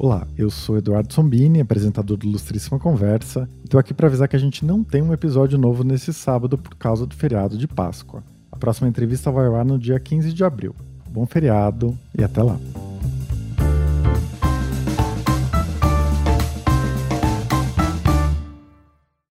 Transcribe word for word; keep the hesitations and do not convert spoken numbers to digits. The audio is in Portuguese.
Olá, eu sou Eduardo Sombini, apresentador do Ilustríssima Conversa, e tô aqui para avisar que a gente não tem um episódio novo nesse sábado por causa do feriado de Páscoa. A próxima entrevista vai ao ar no dia quinze de abril. Bom feriado e até lá!